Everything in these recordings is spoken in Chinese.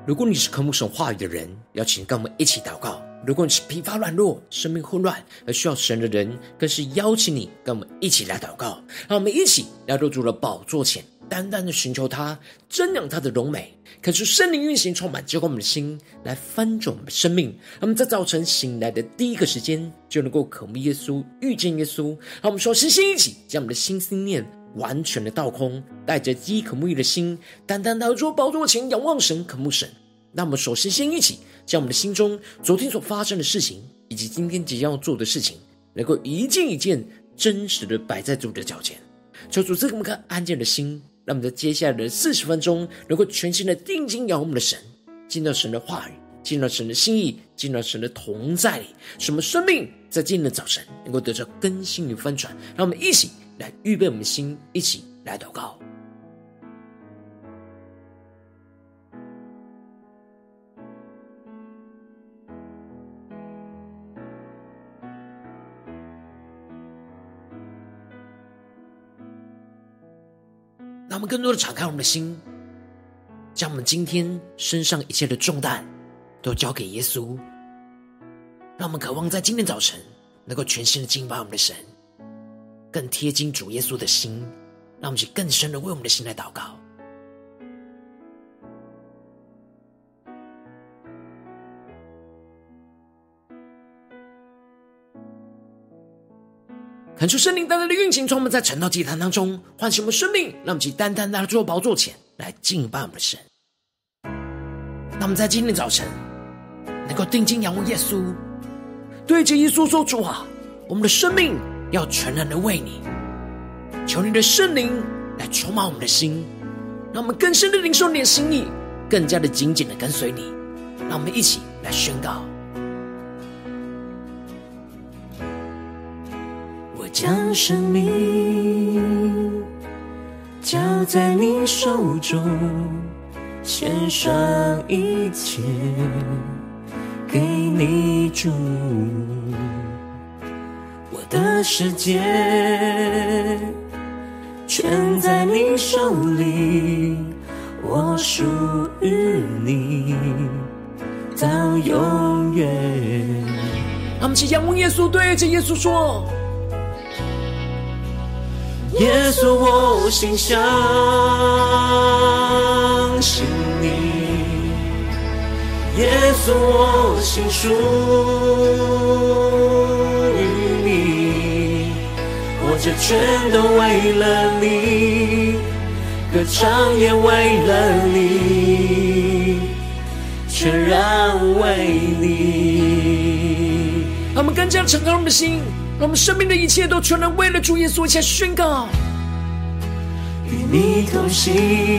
如果你是渴慕神话语的人，邀请跟我们一起祷告；如果你是疲乏软弱、生命混乱而需要神的人，更是邀请你跟我们一起来祷告。让我们一起来到主的宝座前，单单的寻求他，瞻仰他的荣美，恳求圣灵运行充满，浇灌我们的心，来翻转我们的生命。让我们在早晨醒来的第一个时间，就能够渴慕耶稣，遇见耶稣。让我们首先一起将我们的心思念完全的倒空，带着饥渴沐浴的心，单单来到宝座前仰望神，渴慕神。那我们首先一起将我们的心中昨天所发生的事情，以及今天即将要做的事情，能够一件一件真实的摆在主的脚前，求主赐给我们个安静的心，让我们在接下来的40分钟能够全心的定睛仰望我们的神，进到神的话语，进到神的心意，进到神的同在里，使我们生命在今天的早晨能够得到更新与翻转。让我们一起来预备我们的心，一起来祷告。让我们更多的敞开我们的心，将我们今天身上一切的重担都交给耶稣，让我们渴望在今天早晨能够全心的敬拜我们的神，更贴近主耶稣的心，让我们去更深的为我们的心来祷告。恳求圣灵单单的运行，从我们在晨祷祭坛当中唤醒我们生命，让我们去单单来到宝座前来敬拜我们的神。让我们在今天早晨能够定睛仰望耶稣，对着耶稣说：主啊，我们的生命要全然的为你，求你的圣灵来充满我们的心，让我们更深的领受你的心意，更加的紧紧的跟随你。让我们一起来宣告： 将生命交在你手中，献上一切给你主。我的世界全在你手里，我属于你到永远。 让我们一起仰望耶稣，对着耶稣说： 耶稣，我心相信你；耶稣，我心属于你。活着全都为了你，歌唱也为了你，全然为你。 让我们更加敞开我们的心，让我们生命的一切都全然为了主耶稣，一起来宣告： 与你同行，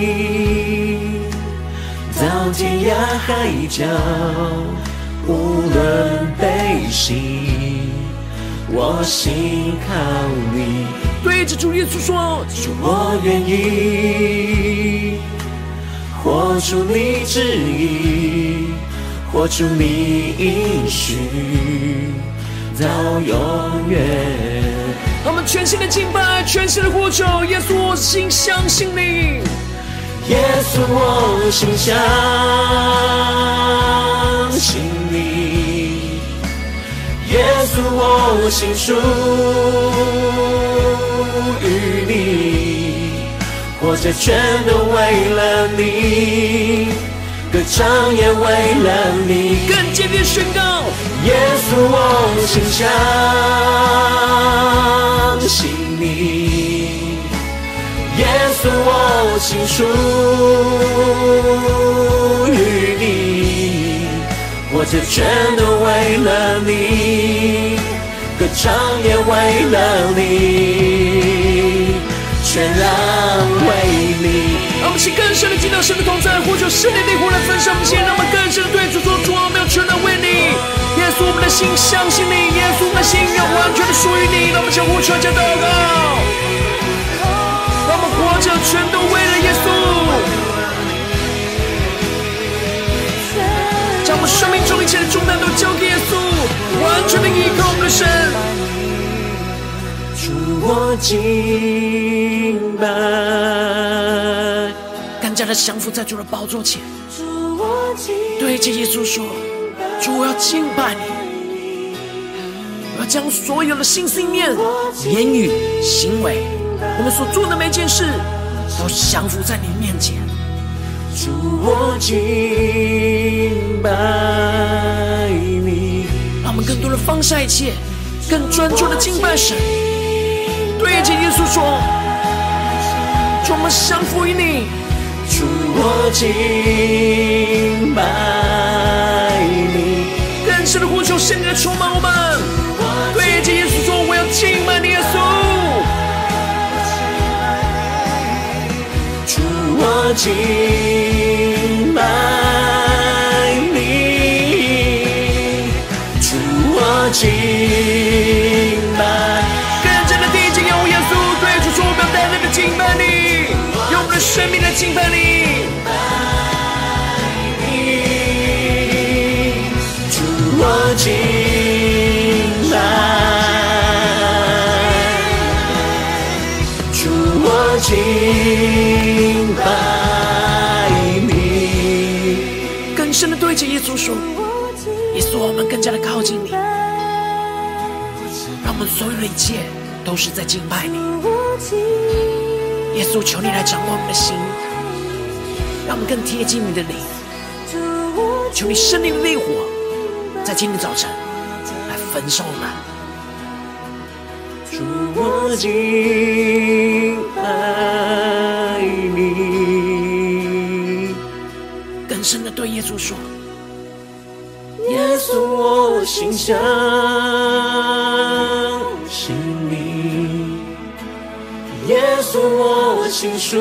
到天涯海角，无论悲喜，我心靠你。 对着主耶稣说： 主，我愿意活出你旨意，活出你应许，到永远。 让我们全心的敬拜，全心的呼求，耶稣，我心相信你。 耶稣，我心相信你；耶稣，我心属于你。活着全都为了你，歌唱也为了你。 更坚定宣告： 耶稣，我心相信你；耶稣，我心属于你。活着全都为了你，歌唱也为了你，全然为你。 让我们去更深的进到神的同在，呼求圣灵的火来焚烧我们心，让我们更深的对主说：主啊，我们要全然为你。耶稣，我们的心相信你；耶稣，我们的心要完全的属于你。让我们向呼求加祷告，让我们活着全都为了耶稣，将我们生命中一切的重担都交给耶稣，完全的依靠我们的神。 主，我敬拜， 更加的降服在主的宝座前。 主，我对着耶稣说：主，我要敬拜你，我要将所有的心思意念、言语、行为，我们所做的每件事，都降服在你面前。 主，我敬拜你。 让我们更多的放下一切，更专注的敬拜神。对着耶稣说：主，我们降服于你。 主，我敬拜你。 更深的呼求，圣灵来充满我们。对着耶稣说：我要敬拜你，耶稣。 主，我敬拜你。主，我敬拜。 更深的地敬仰耶稣，对主说：我们要单单的敬拜你，用我们的生命来敬拜你。 主，我敬拜。主，我敬拜你。 更深的对着耶稣说：耶稣，我们更加的靠近你，让我们所有的一切都是在敬拜你。耶稣，求你来掌握我们的心，让我们更贴近你的灵。求你圣灵的烈火在今天早晨来焚烧我们。 主，我敬拜你。 更深的对耶稣说： 耶稣，我心相信你。耶稣，我心属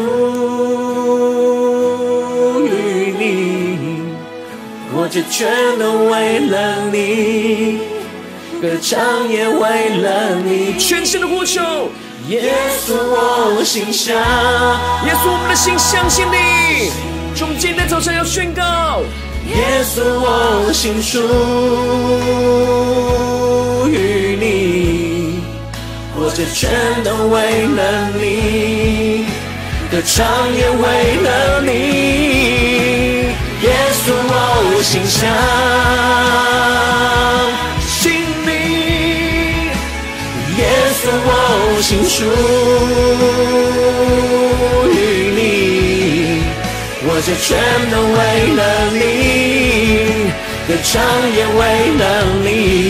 于你。我这全都为了你，歌唱也为了你。 全心的呼求， 耶稣，我心相。 耶稣，我们的心相信你。我们今天早晨要宣告： 耶稣，我心属于你，我这全都为了你，歌唱也为了你。耶稣，我心相信你。耶稣，我心属于你，我这全都为了你，歌唱也为了你，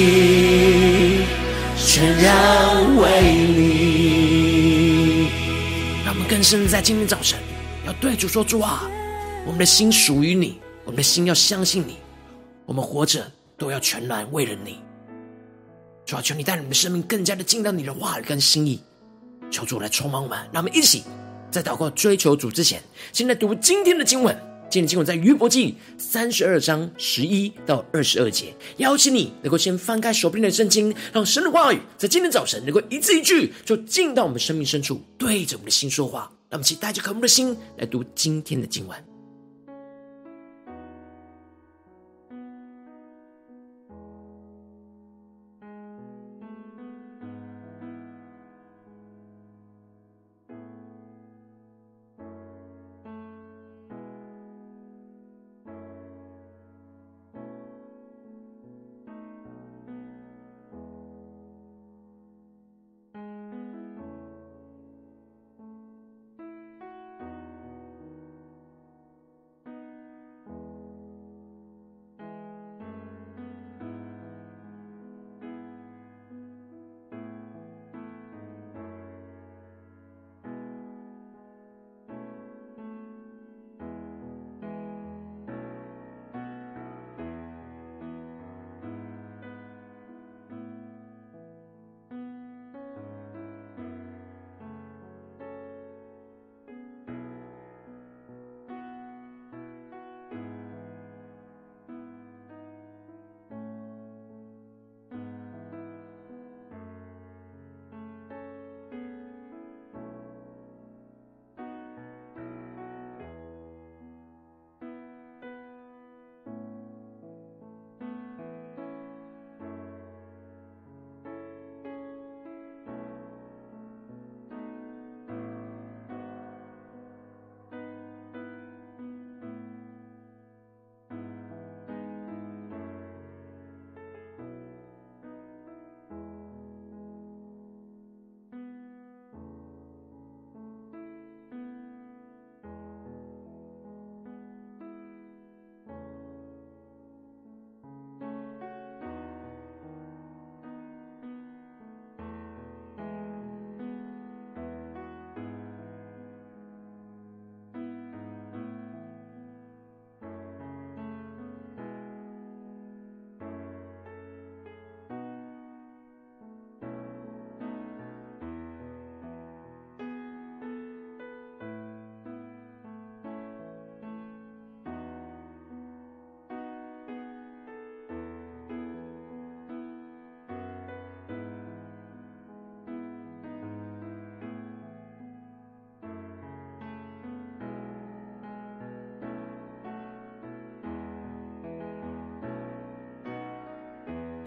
全然为你。 让我们更深在今天早晨要对主说：主啊，我们的心属于你，我们的心要相信你，我们活着都要全然为了你。主啊，求你带领我们的生命更加的进到你的话语跟心意，求主来充满我们。让我们一起在祷告追求主之前，先来读今天的经文。今天的经文在约伯记32章11到22节。邀请你能够先翻开手边的圣经，让神的话语在今天早晨能够一字一句就进到我们生命深处，对着我们的心说话。让我们一起带着渴慕的心来读今天的经文。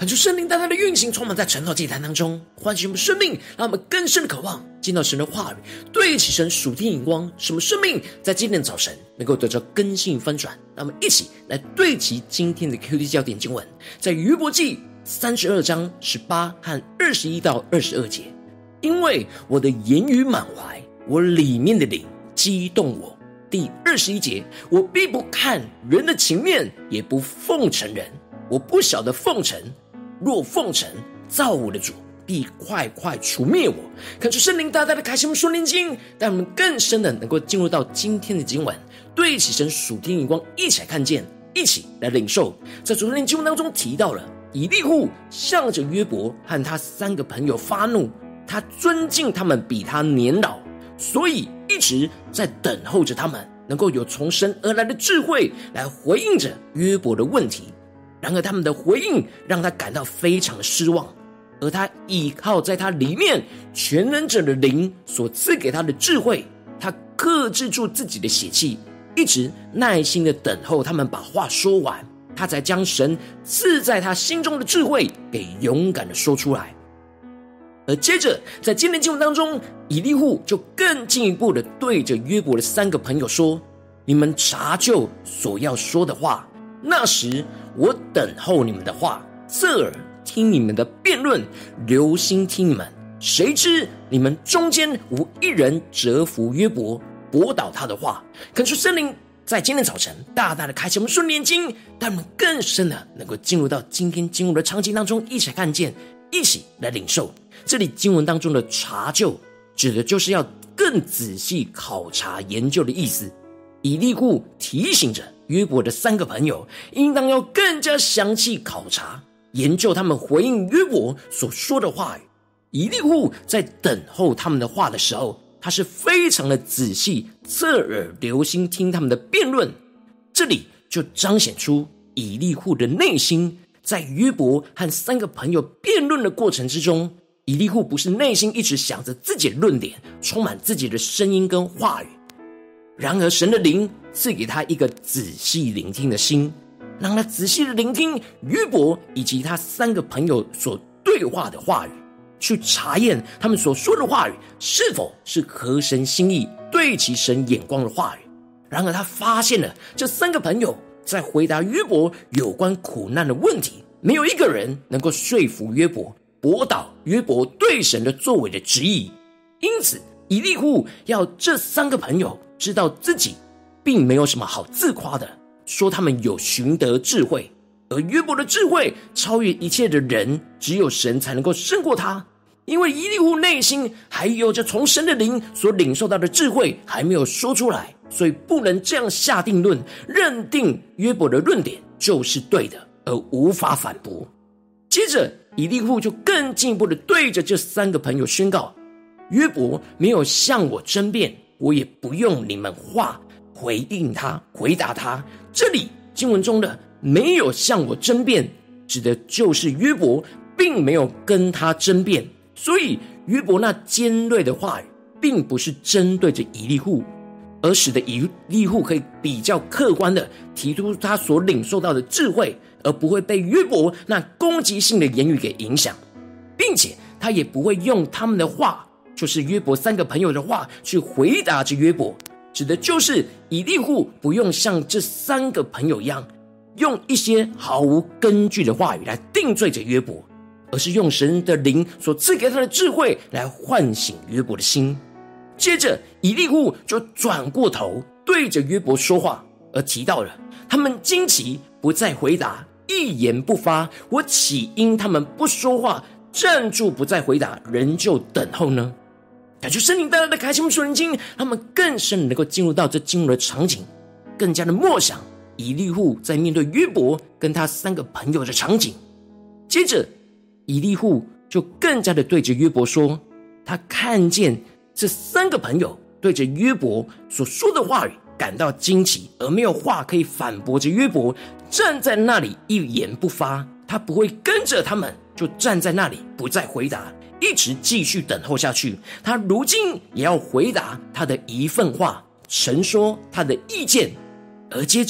恳求圣灵大大的运行，充满在晨祷祭坛当中，唤醒我们生命，让我们更深的渴望见到神的话语，对齐神属天眼光，使我们生命在今天的早晨能够得到更新翻转。让我们一起来对齐今天的 QD 焦点经文，在约伯记32章18和21到22节。因为我的言语满怀，我里面的灵激动我。第21节，我必不看人的情面，也不奉承人。我不晓得奉承，若奉承，造我的主必快快除灭我。恳求圣灵大大的开启我们属灵经，让我们更深的能够进入到今天的经文，对齐神属天眼光，一起来看见，一起来领受。在昨天的经文当中提到了以利户向着约伯和他3个朋友发怒，他尊敬他们比他年老，所以一直在等候着他们能够有从神而来的智慧来回应着约伯的问题。然而他们的回应让他感到非常的失望，而他倚靠在他里面全能者的灵所赐给他的智慧，他克制住自己的血气，一直耐心的等候他们把话说完，他才将神赐在他心中的智慧给勇敢的说出来。而接着在今天经文当中，以利户就更进一步的对着约伯的3个朋友说，你们查究所要说的话，那时我等候你们的话，侧耳听你们的辩论，留心听你们。谁知你们中间无一人折服约伯，驳倒他的话。恳求圣灵在今天早晨大大的开启我们顺眼睛，让我们更深的能够进入到今天经文的场景当中，一起来看见，一起来领受。这里经文当中的查究，指的就是要更仔细考察研究的意思。以利户提醒着约伯的3个朋友，应当要更加详细考察研究他们回应约伯所说的话语。以利户在等候他们的话的时候，他是非常的仔细，侧耳留心听他们的辩论。这里就彰显出以利户的内心，在约伯和3个朋友辩论的过程之中，以利户不是内心一直想着自己的论点，充满自己的声音跟话语。然而神的灵赐给他一个仔细聆听的心，让他仔细的聆听约伯以及他3个朋友所对话的话语，去查验他们所说的话语是否是合神心意，对齐神眼光的话语。然而他发现了这3个朋友在回答约伯有关苦难的问题，没有一个人能够说服约伯，驳倒约伯对神的作为的质疑。因此以利户要这3个朋友知道自己并没有什么好自夸的，说他们有寻得智慧，而约伯的智慧超越一切的人，只有神才能够胜过他。因为以利户内心还有着从神的灵所领受到的智慧还没有说出来，所以不能这样下定论，认定约伯的论点就是对的，而无法反驳。接着以利户就更进一步的对着这3个朋友宣告，约伯没有向我争辩，我也不用你们话回答他。这里经文中的没有向我争辩，指的就是约伯并没有跟他争辩，所以约伯那尖锐的话语并不是针对着以利户，而使得以利户可以比较客观的提出他所领受到的智慧，而不会被约伯那攻击性的言语给影响，并且他也不会用他们的话，就是约伯3个朋友的话去回答着约伯，指的就是以利户不用像这3个朋友一样，用一些毫无根据的话语来定罪着约伯，而是用神的灵所赐给他的智慧来唤醒约伯的心。接着以利户就转过头对着约伯说话，而提到了他们惊奇不再回答，一言不发，我岂因他们不说话站住不再回答，仍旧等候呢？感觉圣灵带来的开启我们属灵经，他们更深能够进入到这经文的场景，更加的默想以利户在面对约伯跟他3个朋友的场景。接着以利户就更加的对着约伯说，他看见这3个朋友对着约伯所说的话语感到惊奇，而没有话可以反驳着约伯，站在那里一言不发。他不会跟着他们就站在那里不再回答，一直继续等候下去。他如今也要回答他的一份话，陈说他的意见。而接着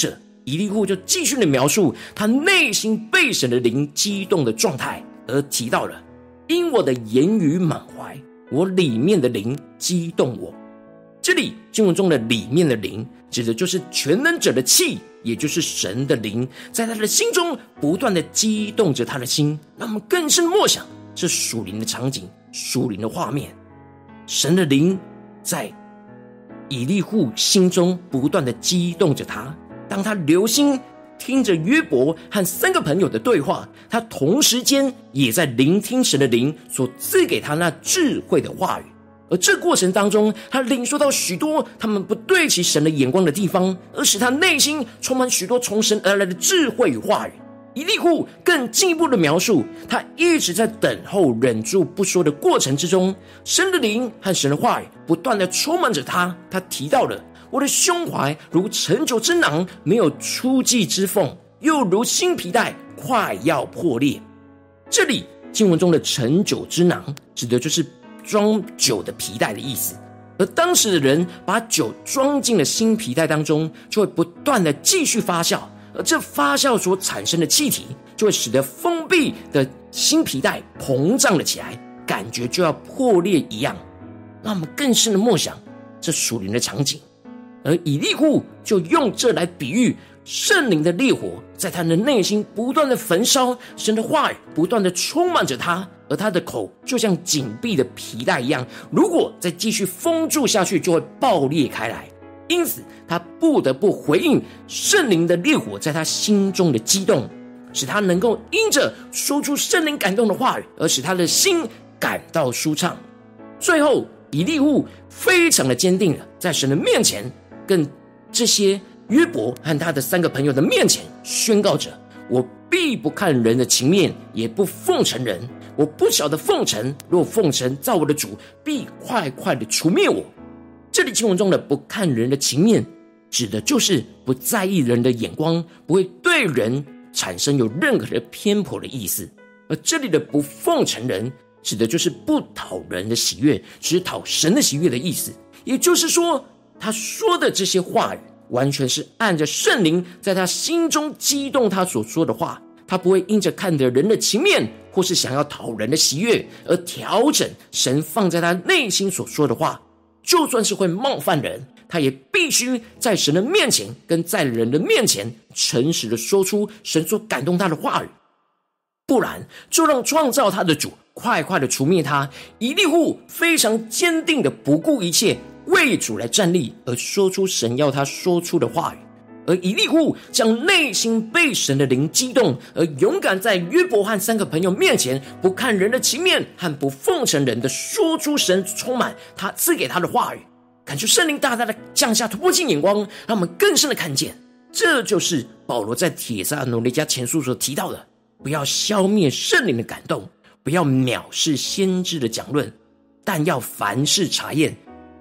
以利户就继续的描述他内心被神的灵激动的状态，而提到了因我的言语满怀，我里面的灵激动我。这里经文中的里面的灵指的就是全能者的气，也就是神的灵，在他的心中不断的激动着他的心，让我们更深默想这属灵的场景，属灵的画面。神的灵在以利户心中不断的激动着他，当他留心听着约伯和3个朋友的对话，他同时间也在聆听神的灵所赐给他那智慧的话语。而这过程当中，他领受到许多他们不对齐神的眼光的地方，而使他内心充满许多从神而来的智慧与话语。以利户更进一步的描述，他一直在等候忍住不说的过程之中，神的灵和神的话语不断的充满着他。他提到了我的胸怀如陈酒之囊，没有出迹之缝，又如新皮带快要破裂。这里经文中的陈酒之囊指的就是装酒的皮带的意思，而当时的人把酒装进了新皮带当中，就会不断的继续发酵，而这发酵所产生的气体就会使得封闭的新皮带膨胀了起来，感觉就要破裂一样。让我们更深的默想这属灵的场景，而以利户就用这来比喻圣灵的烈火在他的内心不断的焚烧，神的话语不断的充满着他，而他的口就像紧闭的皮带一样，如果再继续封住下去就会爆裂开来。因此他不得不回应圣灵的烈火在他心中的激动，使他能够因着说出圣灵感动的话语，而使他的心感到舒畅。最后以利户非常的坚定了，在神的面前跟这些约伯和他的3个朋友的面前宣告着，我必不看人的情面，也不奉承人。我不晓得奉承，若奉承，造我的主必快快的除灭我。这里经文中的不看人的情面，指的就是不在意人的眼光，不会对人产生有任何的偏颇的意思。而这里的不奉承人，指的就是不讨人的喜悦，只讨神的喜悦的意思。也就是说，他说的这些话语完全是按着圣灵在他心中激动他所说的话，他不会因着看着人的情面或是想要讨人的喜悦而调整神放在他内心所说的话。就算是会冒犯人，他也必须在神的面前跟在人的面前诚实的说出神所感动他的话语，不然就让创造他的主快快的除灭他。以利户非常坚定的不顾一切为主来站立，而说出神要他说出的话语。而以利户将内心被神的灵激动，而勇敢在约伯和3个朋友面前，不看人的情面和不奉承人的说出神充满他赐给他的话语。感觉圣灵大大的降下突破性眼光，让我们更深的看见，这就是保罗在帖撒罗尼迦前书所提到的，不要消灭圣灵的感动，不要藐视先知的讲论，但要凡事查验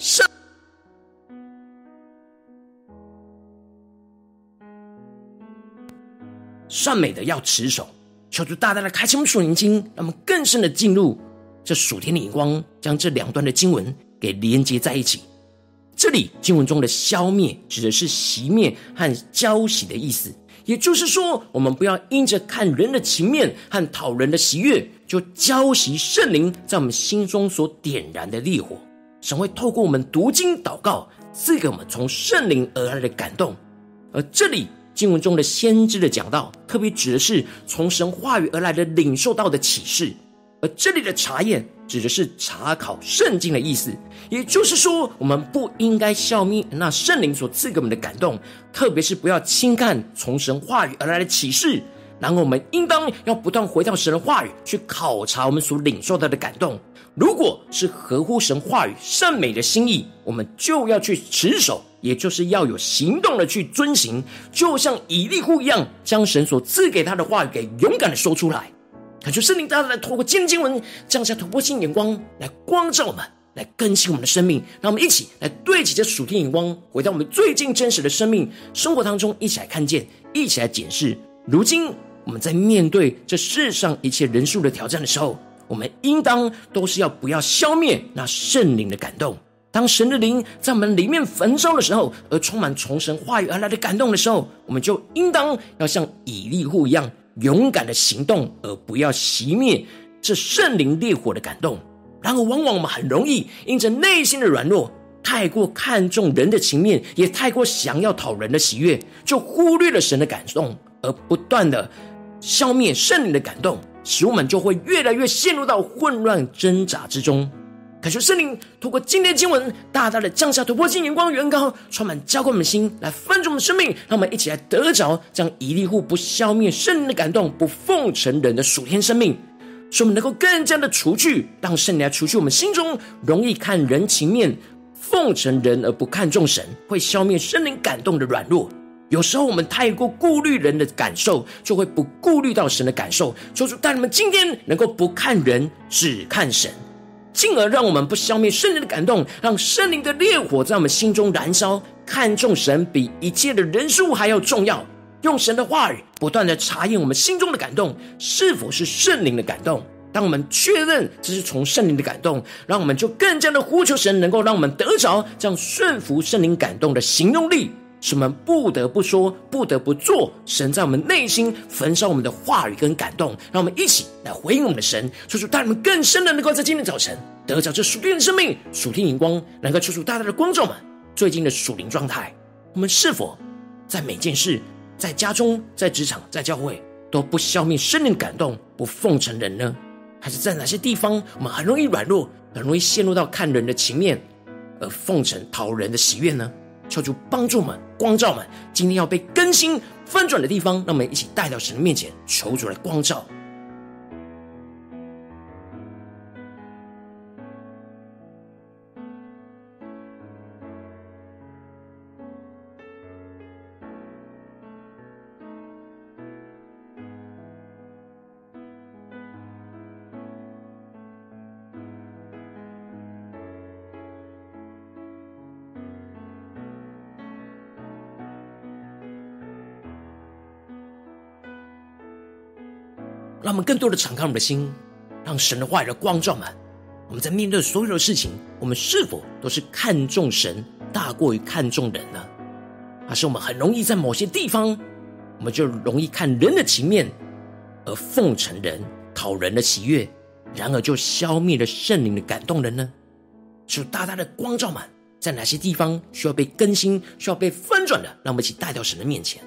善美的要持守。求主大大的开启我们属灵经，让我们更深的进入这属天的眼光，将这2段的经文给连接在一起。这里经文中的消灭指的是熄灭和浇熄的意思，也就是说，我们不要因着看人的情面和讨人的喜悦，就浇熄圣灵在我们心中所点燃的烈火。神会透过我们读经祷告，赐给我们从圣灵而来的感动。而这里经文中的先知的讲道，特别指的是从神话语而来的领受到的启示。而这里的查验指的是查考圣经的意思，也就是说，我们不应该消灭那圣灵所赐给我们的感动，特别是不要轻看从神话语而来的启示。然后我们应当要不断回到神的话语，去考察我们所领受到的感动。如果是合乎神话语善美的心意，我们就要去持守，也就是要有行动的去遵行，就像以利户一样，将神所赐给他的话语给勇敢的说出来。感谢圣灵大大的透过今天经文降下突破性眼光，来光照我们，来更新我们的生命。让我们一起来对齐这属天眼光，回到我们最近真实的生命生活当中，一起来看见，一起来检视。如今我们在面对这世上一切人数的挑战的时候，我们应当都是不要消灭那圣灵的感动， 当神的灵在我们里面焚烧的时候，而充满从神话语而来的感动的时候，我们就应当要像以利户一样勇敢的行动，而不要熄灭这圣灵烈火的感动。然而往往我们很容易因着内心的软弱，太过看重人的情面，也太过想要讨人的喜悦，就忽略了神的感动，而不断的消灭圣灵的感动，使我们就会越来越陷入到混乱挣扎之中。恳求圣灵透过今天的经文，大大的降下突破性眼光与恩膏，充满浇灌我们的心，来翻转我们的生命，让我们一起来得着这样以利户不消灭圣灵的感动，不奉承人的属天生命，使我们能够更加的除去，让圣灵来除去我们心中容易看人情面，奉承人而不看重神，会消灭圣灵感动的软弱。有时候我们太过顾虑人的感受，就会不顾虑到神的感受。求主带你们今天能够不看人，只看神，进而让我们不消灭圣灵的感动，让圣灵的烈火在我们心中燃烧，看重神比一切的人事物还要重要。用神的话语不断的查验我们心中的感动是否是圣灵的感动。当我们确认这是从圣灵的感动，让我们就更加的呼求神能够让我们得着这样顺服圣灵感动的行动力，使我们不得不说，不得不做神在我们内心焚烧我们的话语跟感动。让我们一起来回应我们的神，求主带我们更深的能够在今天早晨得着这属天的生命、属天荧光，能够求主大大的光照们最近的属灵状态。我们是否在每件事，在家中、在职场、在教会，都不消灭圣灵感动，不奉承人呢？还是在哪些地方我们很容易软弱，很容易陷入到看人的情面，而奉承讨人的喜悦呢？求主帮助我们、光照我们，今天要被更新翻转的地方，让我们一起带到神的面前，求主来光照。让我们更多的敞开我们的心，让神的话语的光照满我们。在面对所有的事情，我们是否都是看重神大过于看重人呢？还是我们很容易在某些地方，我们就容易看人的情面，而奉承人，讨人的喜悦，然而就消灭了圣灵的感动人呢？就大大的光照满，在哪些地方需要被更新，需要被翻转的，让我们一起带到神的面前。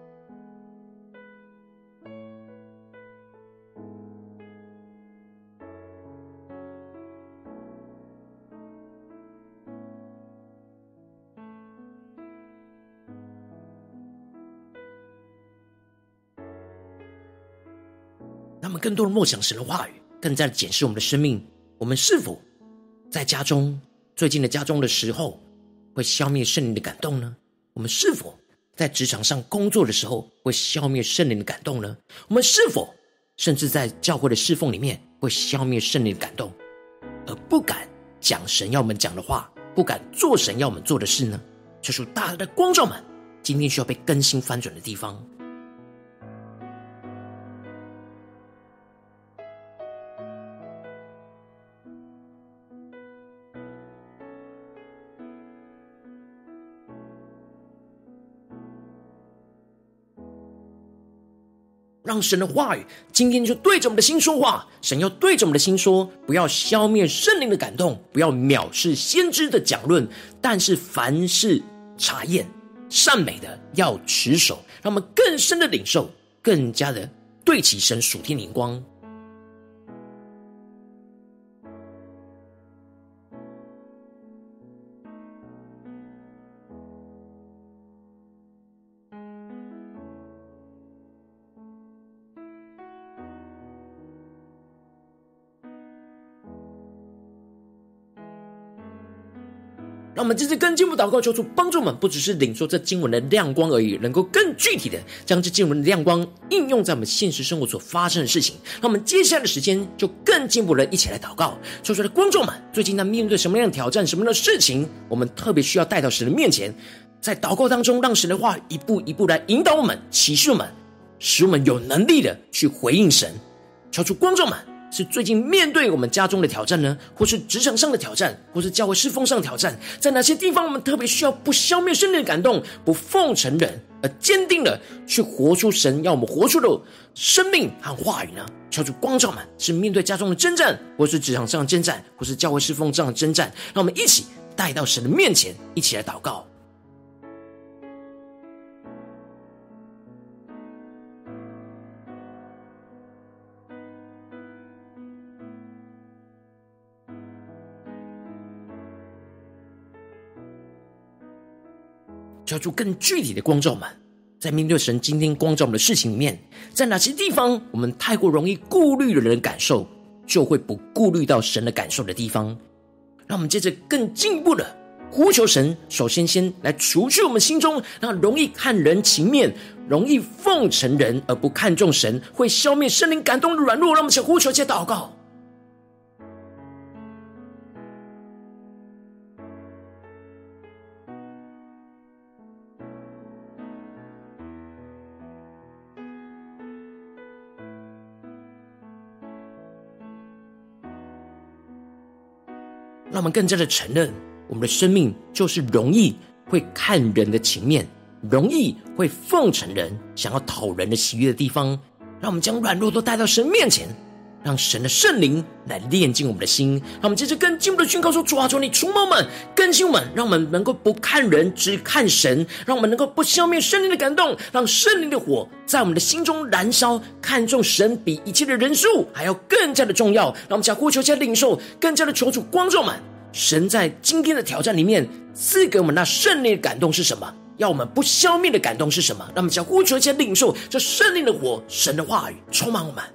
让我们更多的默想神的话语，更加的检视我们的生命，我们是否在家中最近的家中的时候会消灭圣灵的感动呢？我们是否在职场上工作的时候会消灭圣灵的感动呢？我们是否甚至在教会的侍奉里面会消灭圣灵的感动，而不敢讲神要我们讲的话，不敢做神要我们做的事呢？求主大大的光照们今天需要被更新翻转的地方。让神的话语今天就对着我们的心说话，神要对着我们的心说，不要消灭圣灵的感动，不要藐视先知的讲论，但是凡事查验善美的要持守，让我们更深的领受，更加的对齐神属天的灵光。让我们这次更进一步祷告，求主帮助我们，不只是领受这经文的亮光而已，能够更具体的将这经文的亮光应用在我们现实生活所发生的事情。让我们接下来的时间就更进一步的一起来祷告，求主的观众们最近在面对什么样的挑战，什么样的事情，我们特别需要带到神的面前，在祷告当中让神的话一步一步来引导我们，启示我们，使我们有能力的去回应神。求主观众们是最近面对我们家中的挑战呢？或是职场上的挑战，或是教会侍奉上的挑战？在哪些地方我们特别需要不消灭圣灵的感动，不奉承人，而坚定的去活出神要我们活出的生命和话语呢？求主光照们，是面对家中的征战，或是职场上的征战，或是教会侍奉上的征战，让我们一起带到神的面前，一起来祷告。求主更具体的光照们，在面对神今天光照我们的事情里面，在哪些地方我们太过容易顾虑了人的感受，就会不顾虑到神的感受的地方。让我们接着更进一步的呼求神，首先来除去我们心中让容易看人情面，容易奉承人而不看重神，会消灭圣灵感动的软弱。让我们先呼求，且祷告。让我们更加的承认，我们的生命就是容易会看人的情面，容易会奉承人，想要讨人的喜悦的地方。让我们将软弱都带到神面前，让神的圣灵来炼净我们的心。让我们接着更进一步的宣告说：主啊，求你除毛们更新我们，让我们能够不看人只看神，让我们能够不消灭圣灵的感动，让圣灵的火在我们的心中燃烧，看重神比一切的人数还要更加的重要。让我们加呼求，加领受，更加的求主光照们，神在今天的挑战里面赐给我们那圣灵的感动是什么，要我们不消灭的感动是什么。让我们加呼求，加领受这圣灵的火，神的话语充满我们。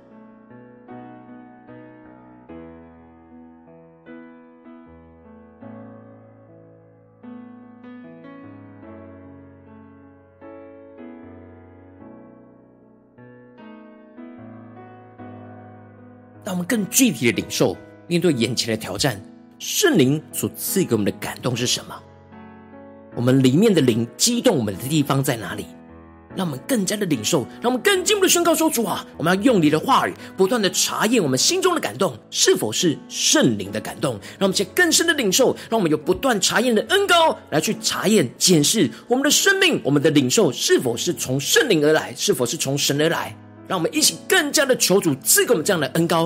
让我们更具体的领受，面对眼前的挑战，圣灵所赐给我们的感动是什么？我们里面的灵激动我们的地方在哪里？让我们更加的领受，让我们更进一步的宣告说：主啊，我们要用你的话语不断的查验我们心中的感动是否是圣灵的感动。让我们去更深的领受，让我们有不断查验的恩膏来去查验检视我们的生命，我们的领受是否是从圣灵而来，是否是从神而来。让我们一起更加的求主赐给我们这样的恩膏。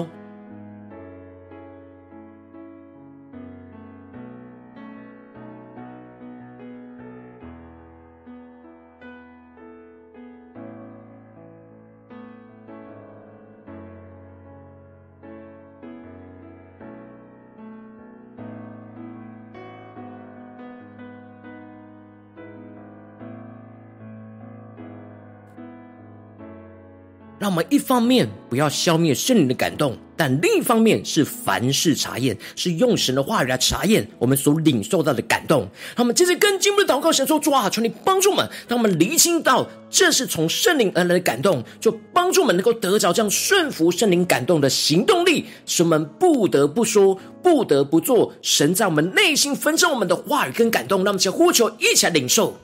让我们一方面不要消灭圣灵的感动，但另一方面是凡事查验，是用神的话语来查验我们所领受到的感动。让我们接着更进一步的祷告，神说：主啊，求你帮助我们，让我们厘清到这是从圣灵而来的感动，就帮助我们能够得着这样顺服圣灵感动的行动力，使我们不得不说，不得不做神在我们内心焚烧我们的话语跟感动。让我们一起呼求，一起来领受。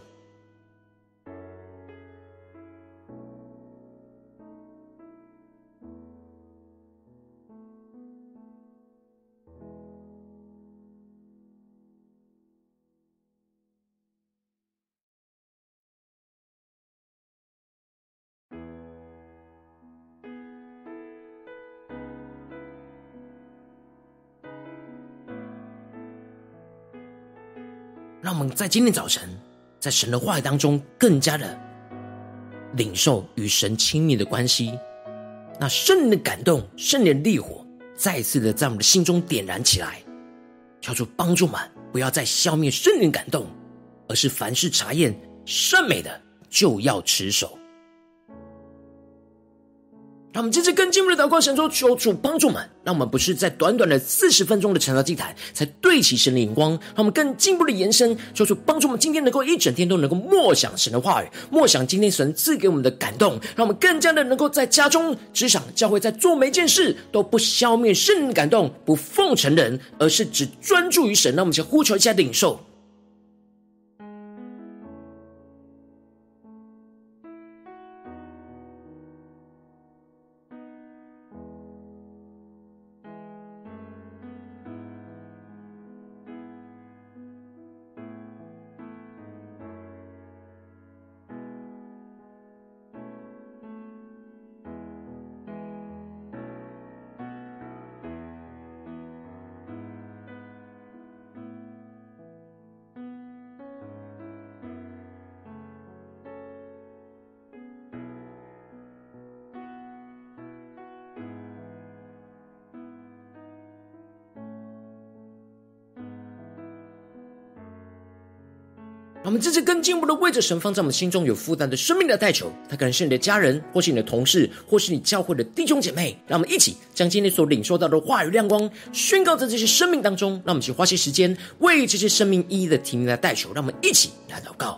让我们在今天早晨，在神的话语当中，更加的领受与神亲密的关系。那圣灵的感动，圣灵的烈火，再一次的在我们的心中点燃起来。求主帮助我们，不要再消灭圣灵感动，而是凡事查验圣美的，就要持守。让我们接着更进一步的祷告，神说：求主帮助我们，让我们不是在短短的40分钟的晨祷祭坛才对齐神的眼光，让我们更进一步的延伸。求主帮助我们今天能够一整天都能够默想神的话语，默想今天神赐给我们的感动，让我们更加的能够在家中、职场、教会，在做每件事都不消灭圣灵的感动，不奉承人，而是只专注于神。让我们先呼求一下领受。 让我们这次更进一步的为着神放在我们心中有负担的生命的代求，他可能是你的家人，或是你的同事，或是你教会的弟兄姐妹。让我们一起将今天所领受到的话语亮光宣告在这些生命当中。让我们一起花些时间为这些生命一一的提名来代求。让我们一起来祷告。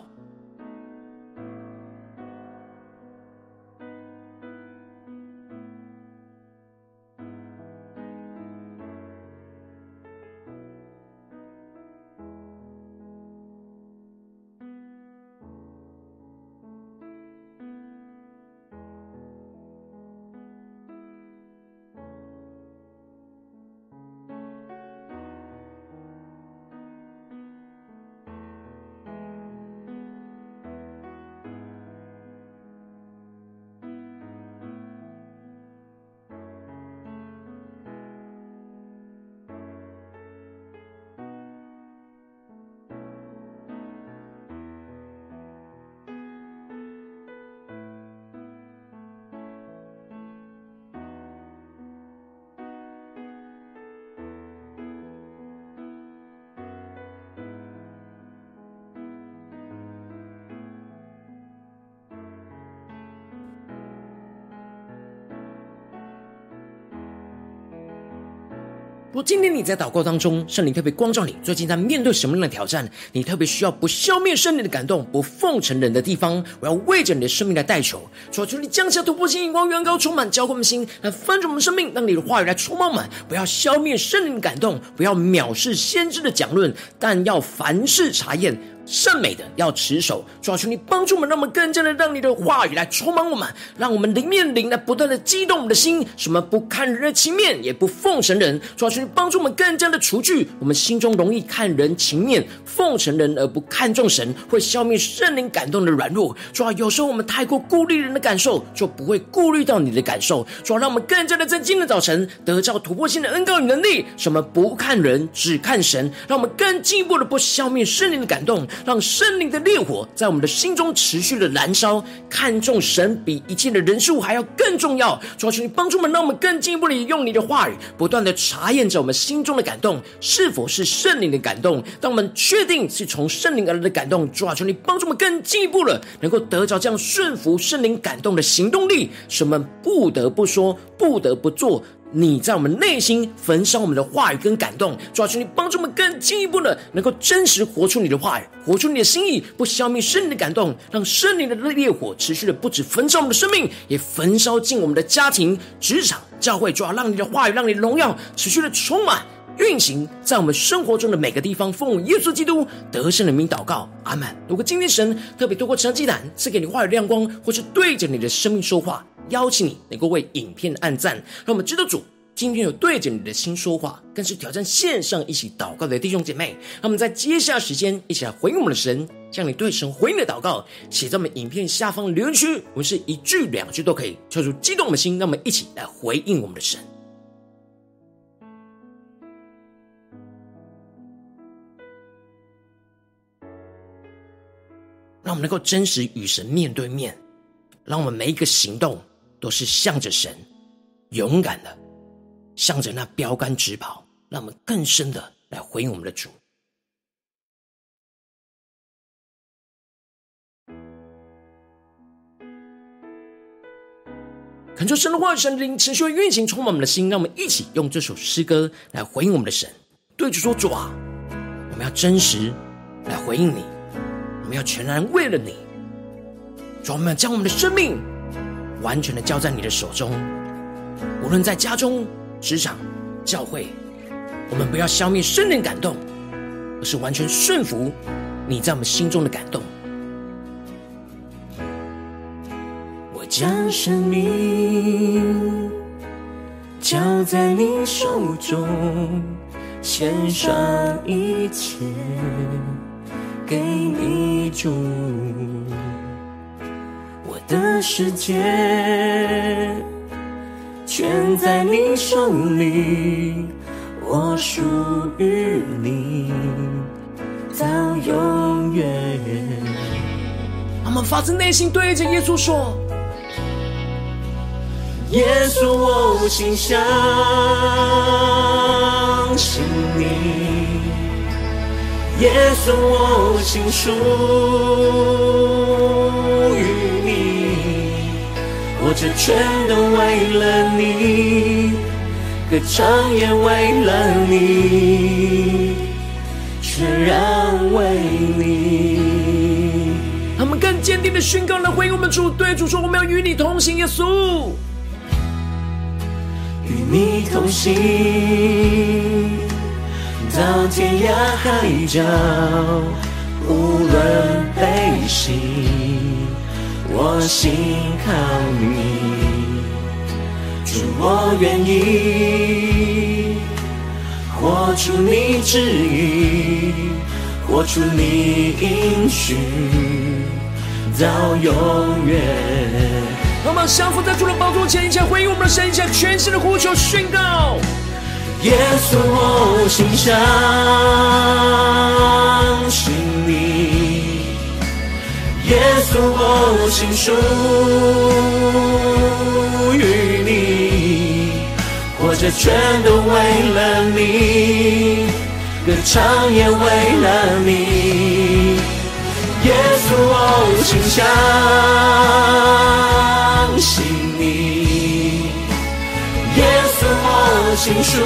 如果今天你在祷告当中，圣灵特别光照你，最近在面对什么样的挑战？你特别需要不消灭圣灵的感动，不奉承人的地方，我要为着你的生命来代求。主啊，求你降下突破性眼光，远高充满浇灌我们心，来翻转我们生命，让你的话语来充满我们。不要消灭圣灵的感动，不要藐视先知的讲论，但要凡事查验圣美的要持守。主啊，求你帮助我们，让我们更加的让你的话语来充满我们，让我们灵来不断的激动我们的心，什么不看人的情面，也不奉承人。主啊，求你帮助我们更加的除去我们心中容易看人情面、奉承人而不看重神，会消灭圣灵感动的软弱。主啊，有时候我们太过顾虑人的感受，就不会顾虑到你的感受。主啊，让我们更加的在今天的早晨得到突破性的恩膏与能力，什么不看人只看神，让我们更进一步的不消灭圣灵的感动，让圣灵的烈火在我们的心中持续的燃烧，看重神比一切的人数还要更重要。主啊，求你帮助我们，让我们更进一步的用你的话语不断的查验着我们心中的感动是否是圣灵的感动。当我们确定是从圣灵而来的感动，主啊，求你帮助我们更进一步的能够得着这样顺服圣灵感动的行动力，使我们不得不说，不得不做你在我们内心焚烧我们的话语跟感动。主啊，求你帮助我们更进一步的能够真实活出你的话语，活出你的心意，不消灭圣灵的感动，让圣灵的烈火持续的不止焚烧我们的生命，也焚烧进我们的家庭、职场、教会。主啊，让你的话语，让你的荣耀持续的充满运行在我们生活中的每个地方。奉耶稣基督得胜的名祷告，阿们。如果今天神特别透过成祭坛赐给你话语亮光，或是对着你的生命说话，邀请你能够为影片按赞，让我们知道主今天有对着你的心说话，更是挑战线上一起祷告的弟兄姐妹。让我们在接下来时间一起来回应我们的神，将你对神回应的祷告写在我们影片下方留言区，我们是一句两句都可以，求主激动我们的心，让我们一起来回应我们的神。让我们能够真实与神面对面，让我们每一个行动都是向着神，勇敢的向着那标杆直跑，让我们更深的来回应我们的主。恳求神的话语、神的灵持续运行充满我们的心，让我们一起用这首诗歌来回应我们的神，对主说：主啊，我们要真实来回应你，我们要全然为了你。主啊，我们要将我们的生命完全的交在你的手中，无论在家中、职场、教会，我们不要消灭圣灵感动，而是完全顺服你在我们心中的感动。 我将生命交在你手中，献上一切给你主，我的世界全在你手里，我属于你到永远。 我们发自内心对着耶稣说： 耶稣，我心相信你， 耶稣，我心属于你，我这全都为了你，歌唱也为了你，全然为你。 他们更坚定的宣告了回应我们主，对主说：我们要与你同行，耶稣， 与你同行，到天涯海角，无论悲喜，我心靠你。主，我愿意活出你旨意，活出你应许，到永远。 让我们降服在主的宝座前，一起回应我们的神，一起全心的呼求宣告。 耶稣，我心相信你，耶稣，我心属于你，活着全都为了你，歌唱也为了你。耶稣，我心相信你，耶稣，我心属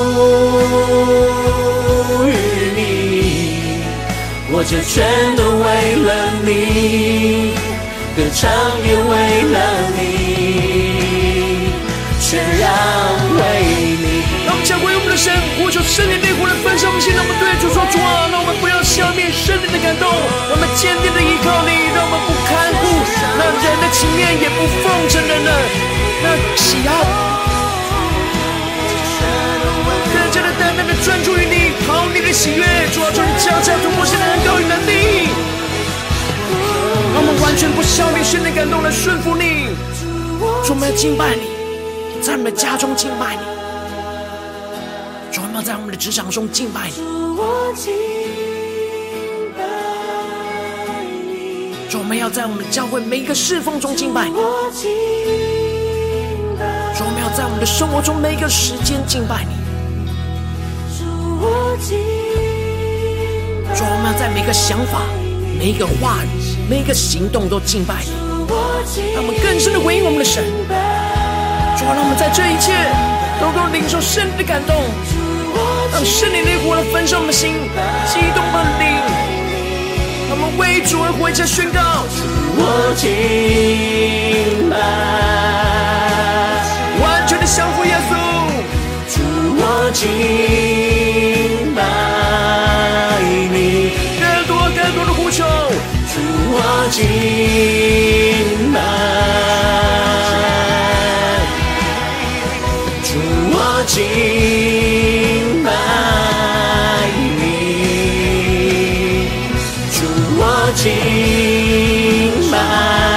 于你，我这全都为了你，歌唱也为了你，全然为你。 让我们将回应我们的神，呼求圣灵烈火的焚烧我们心，让我们对主说：主啊，让我们不要消灭圣灵的感动，让我们坚定的依靠你，让我们不看顾那人的情面，也不奉承人的那喜好，更加的单单的专注于你，讨你的喜悦。主啊，求你降下突破性的恩膏与能力，让我们完全不消灭圣灵的感动，来顺服你。主，我们要敬拜你，在我们的家中敬拜你，主，我们要在我们的职场中敬拜你，主，我们要在我们的教会每一个侍奉中敬拜你，主，我们要在我们的生活中每一个时间敬拜你，主，我们要在每一个想法、每一个话语、每一个行动都敬拜你，让我们更深的回应我们的神。主啊，让我们在这一切都够领受圣灵的感动，让圣灵烈火来焚烧我们的心，激动我们的灵，让我们为主而活，一起宣告： 我敬拜， 完全的降服耶稣。 主，我敬拜你， 更多的呼求。 主，我敬拜，主，我敬拜你，主，我敬拜，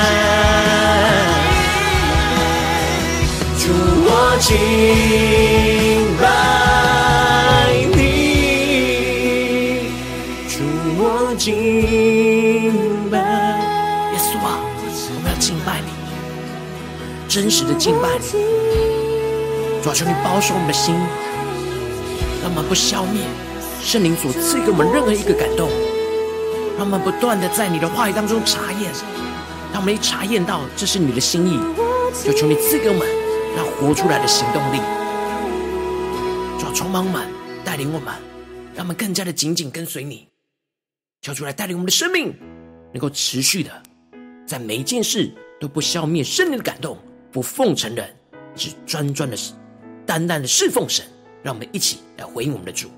主，我敬拜你，主，我敬拜。 耶稣啊，我们要敬拜你，真实的敬拜你。主啊，求你保守我们的心，让我们不消灭圣灵所赐给我们任何一个感动，让我们不断的在你的话语当中查验，让我们一查验到这是你的心意，就求你赐给我们那活出来的行动力。主啊，充满我们，带领我们，让我们更加的紧紧跟随你。求主来带领我们的生命，能够持续的在每一件事都不消灭圣灵的感动，不奉承人，只专专的单单的侍奉神。让我们一起来回应我们的主。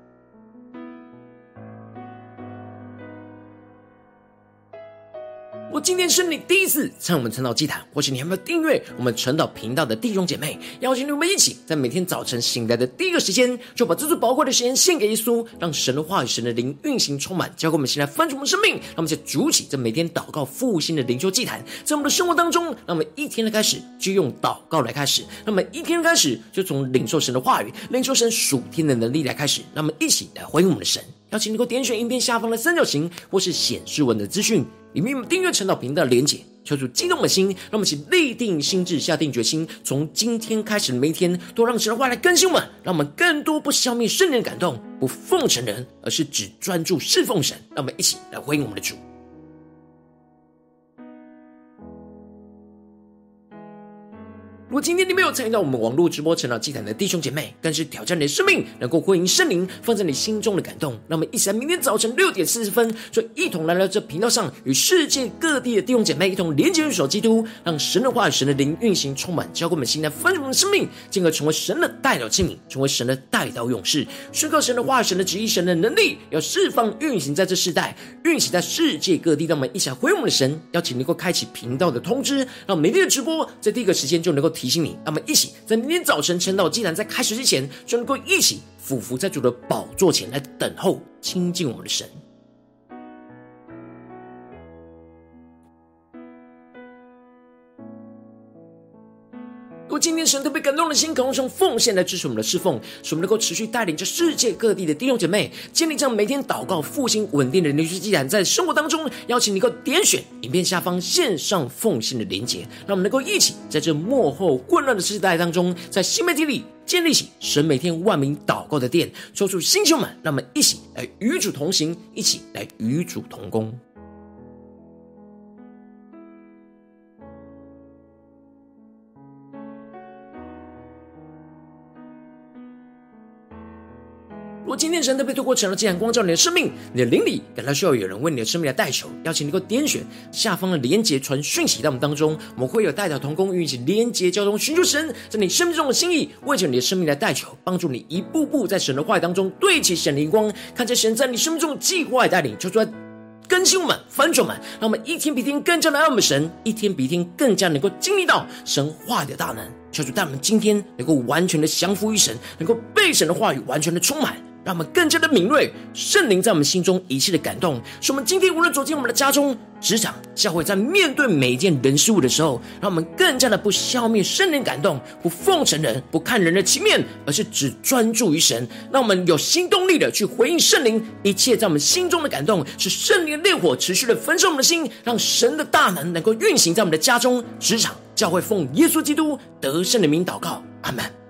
我今天是你第一次参与我们晨祷祭坛，或是你还没有订阅我们晨祷频道的弟兄姐妹，邀请你们一起在每天早晨醒来的第一个时间，就把这最宝贵的时间献给耶稣，让神的话语、神的灵运行充满，交给我们现在翻转我们生命。让我们在主起这每天祷告复兴的灵修祭坛，在我们的生活当中，让我们一天的开始就用祷告来开始，让我们一天的开始就从领受神的话语、领受神属天的能力来开始。让我们一起来回应我们的神。邀请你能够点选影片下方的三角形，或是显示文的资讯，里面有订阅晨祷频道的连结， 求主激动我们的心，让我们一起立定心志，下定决心，从今天开始的每一天都让神的话来更新我们，让我们更多不消灭圣灵的感动，不奉承人，而是只专注侍奉神。让我们一起来回应我们的主。如果今天你没有参与到我们网络直播成长祭坛的弟兄姐妹，更是挑战你的生命，能够回应圣灵放在你心中的感动。让我们一起来，明天早晨6点40分，就一同来到这频道上，与世界各地的弟兄姐妹一同连接入手基督，让神的话语、神的灵运行充满，浇灌我们心来分盛我们的生命，进而成为神的代表器皿，成为神的代祷勇士，宣告神的话语、神的旨意、神的能力，要释放运行在这世代，运行在世界各地。让我们一起来回应我们的神，邀请能够开启频道的通知，让每天的直播在第一个时间就能够提醒你。让我们一起在明天早晨晨祷祭坛在开始之前，就能够一起俯伏在主的宝座前来等候亲近我们的神。如果今天神特别感动的心，渴望用奉献来支持我们的侍奉，使我们能够持续带领着世界各地的弟兄姐妹建立这样每天祷告复兴稳定的灵修祭坛，在生活当中邀请你能够点选影片下方线上奉献的连结，让我们能够一起在这末后混乱的时代当中，在新媒体里建立起神每天万名祷告的殿，抽出星球们，让我们一起来与主同行，一起来与主同工。如果今天神特别透过神的祭坛光照你的生命，你的灵里感到需要有人为你的生命来代求，邀请你能够点选下方的连结传讯息到我们当中，我们会有代祷同工与一起连结交通，寻求神在你生命中的心意，为着你的生命来代求，帮助你一步步在神的话语当中对齐神的灵光，看见神在你生命中的计划与带领，求出来更新我们、翻转我们，让我们一天比一天更加的爱我们神，一天比一天更加能够经历到神话语的大能。求主带我们今天能够完全的降服于神，能够被神的话语完全的充满，让我们更加的敏锐圣灵在我们心中一切的感动，使我们今天无论走进我们的家中、职场、教会，在面对每一件人事物的时候，让我们更加的不消灭圣灵感动，不奉承人，不看人的情面，而是只专注于神。让我们有新动力的去回应圣灵一切在我们心中的感动，是圣灵的烈火持续的焚烧我们的心，让神的大能能够运行在我们的家中、职场、教会，奉耶稣基督得胜的名祷告，阿们。